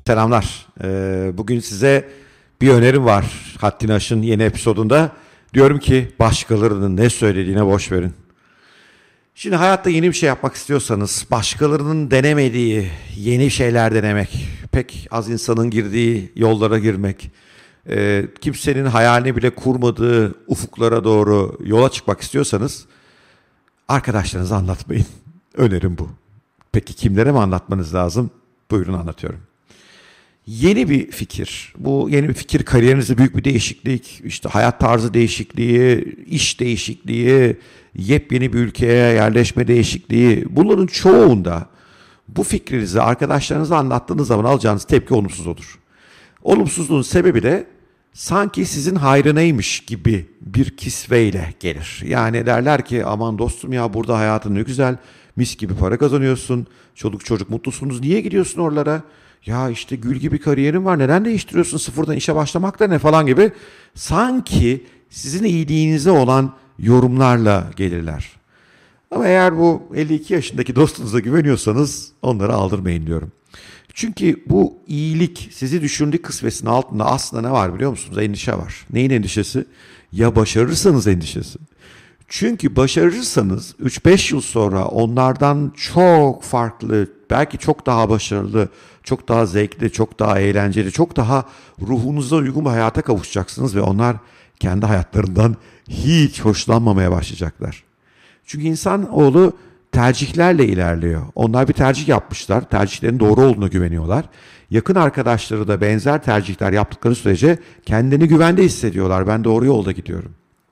Selamlar. Bugün size bir önerim var. Haddini Aşın yeni episodunda. Diyorum ki başkalarının ne söylediğine boş verin. Şimdi hayatta yeni bir şey yapmak istiyorsanız başkalarının denemediği yeni şeyler denemek, pek az insanın girdiği yollara girmek, kimsenin hayalini bile kurmadığı ufuklara doğru yola çıkmak istiyorsanız arkadaşlarınıza anlatmayın. Önerim bu. Peki kimlere mi anlatmanız lazım? Buyurun anlatıyorum. Yeni bir fikir. Bu yeni bir fikir kariyerinizde büyük bir değişiklik, işte hayat tarzı değişikliği, iş değişikliği, yepyeni bir ülkeye yerleşme değişikliği. Bunların çoğunda bu fikrinizi arkadaşlarınıza anlattığınız zaman alacağınız tepki olumsuz olur. Olumsuzluğun sebebi de sanki sizin hayrınaymış gibi bir kisveyle gelir. Yani derler ki aman dostum ya burada hayatın ne güzel, mis gibi para kazanıyorsun, çoluk çocuk mutlusunuz, niye gidiyorsun oralara? Ya işte gül gibi kariyerin var, neden değiştiriyorsun, sıfırdan işe başlamak da ne falan gibi sanki sizin iyiliğinize olan yorumlarla gelirler. Ama eğer bu 52 yaşındaki dostunuza güveniyorsanız onları aldırmayın diyorum. Çünkü bu iyilik sizi düşündüğü kısmesinin altında aslında ne var biliyor musunuz? Endişe var. Neyin endişesi? Ya başarırsanız endişesi. Çünkü başarırsanız 3-5 yıl sonra onlardan çok farklı, belki çok daha başarılı, çok daha zevkli, çok daha eğlenceli, çok daha ruhunuza uygun bir hayata kavuşacaksınız ve onlar kendi hayatlarından hiç hoşlanmamaya başlayacaklar. Çünkü insanoğlu tercihlerle ilerliyor. Onlar bir tercih yapmışlar, tercihlerin doğru olduğuna güveniyorlar. Yakın arkadaşları da benzer tercihler yaptıkları sürece kendini güvende hissediyorlar. Ben doğru yolda gidiyorum.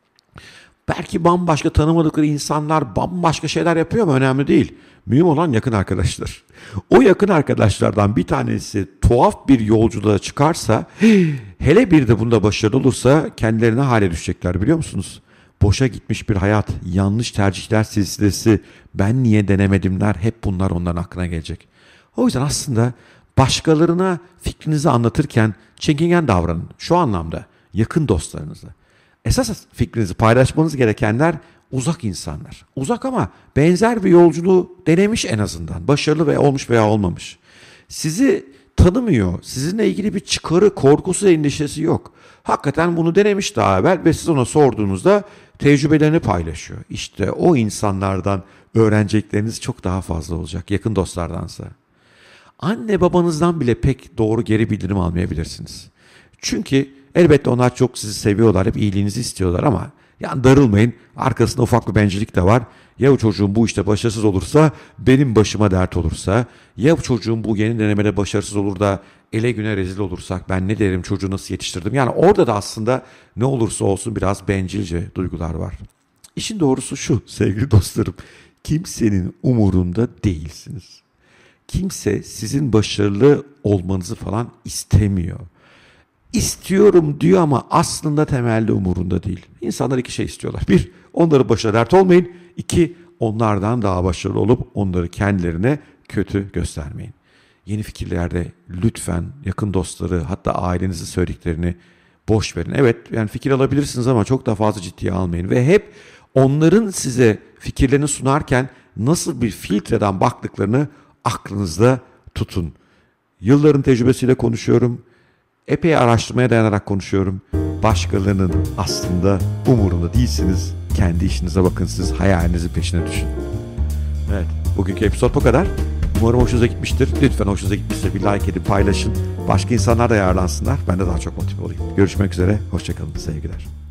Belki bambaşka tanımadıkları insanlar bambaşka şeyler yapıyor ama önemli değil. Mühim olan yakın arkadaşlar. O yakın arkadaşlardan bir tanesi tuhaf bir yolculuğa çıkarsa, hele bir de bunda başarılı olursa kendilerine hale düşecekler biliyor musunuz? Boşa gitmiş bir hayat, yanlış tercihler silsilesi, ben niye denemedimler, hep bunlar onların aklına gelecek. O yüzden aslında başkalarına fikrinizi anlatırken çekingen davranın. Şu anlamda yakın dostlarınızla. Esas fikrinizi paylaşmanız gerekenler uzak insanlar. Uzak ama benzer bir yolculuğu denemiş en azından. Başarılı veya olmuş veya olmamış. Sizi tanımıyor. Sizinle ilgili bir çıkarı, korkusu, endişesi yok. Hakikaten bunu denemiş daha evvel ve siz ona sorduğunuzda tecrübelerini paylaşıyor. İşte o insanlardan öğrenecekleriniz çok daha fazla olacak yakın dostlardansa. Anne babanızdan bile pek doğru geri bildirim almayabilirsiniz. Çünkü elbette onlar çok sizi seviyorlar, hep iyiliğinizi istiyorlar ama yani darılmayın, arkasında ufak bir bencillik de var. Ya o çocuğum bu işte başarısız olursa, benim başıma dert olursa, ya çocuğum bu yeni denemede başarısız olur da ele güne rezil olursak ben ne derim, çocuğu nasıl yetiştirdim? Yani orada da aslında ne olursa olsun biraz bencilce duygular var. İşin doğrusu şu sevgili dostlarım, kimsenin umurunda değilsiniz. Kimse sizin başarılı olmanızı falan istemiyor. İstiyorum diyor ama aslında temelde umurunda değil. İnsanlar iki şey istiyorlar. Bir, onları başına dert olmayın. İki, onlardan daha başarılı olup onları kendilerine kötü göstermeyin. Yeni fikirlerde lütfen yakın dostları hatta ailenizin söylediklerini boş verin. Evet yani fikir alabilirsiniz ama çok daha fazla ciddiye almayın. Ve hep onların size fikirlerini sunarken nasıl bir filtreden baktıklarını aklınızda tutun. Yılların tecrübesiyle konuşuyorum. Epey araştırmaya dayanarak konuşuyorum. Başkalarının aslında umurunda değilsiniz. Kendi işinize bakın, siz hayalinizin peşine düşün. Evet, bugünkü episod bu kadar. Umarım hoşunuza gitmiştir. Lütfen hoşunuza gitmişse bir like edin, paylaşın. Başka insanlar da yararlansınlar. Ben de daha çok motive olayım. Görüşmek üzere, hoşça kalın, sevgiler.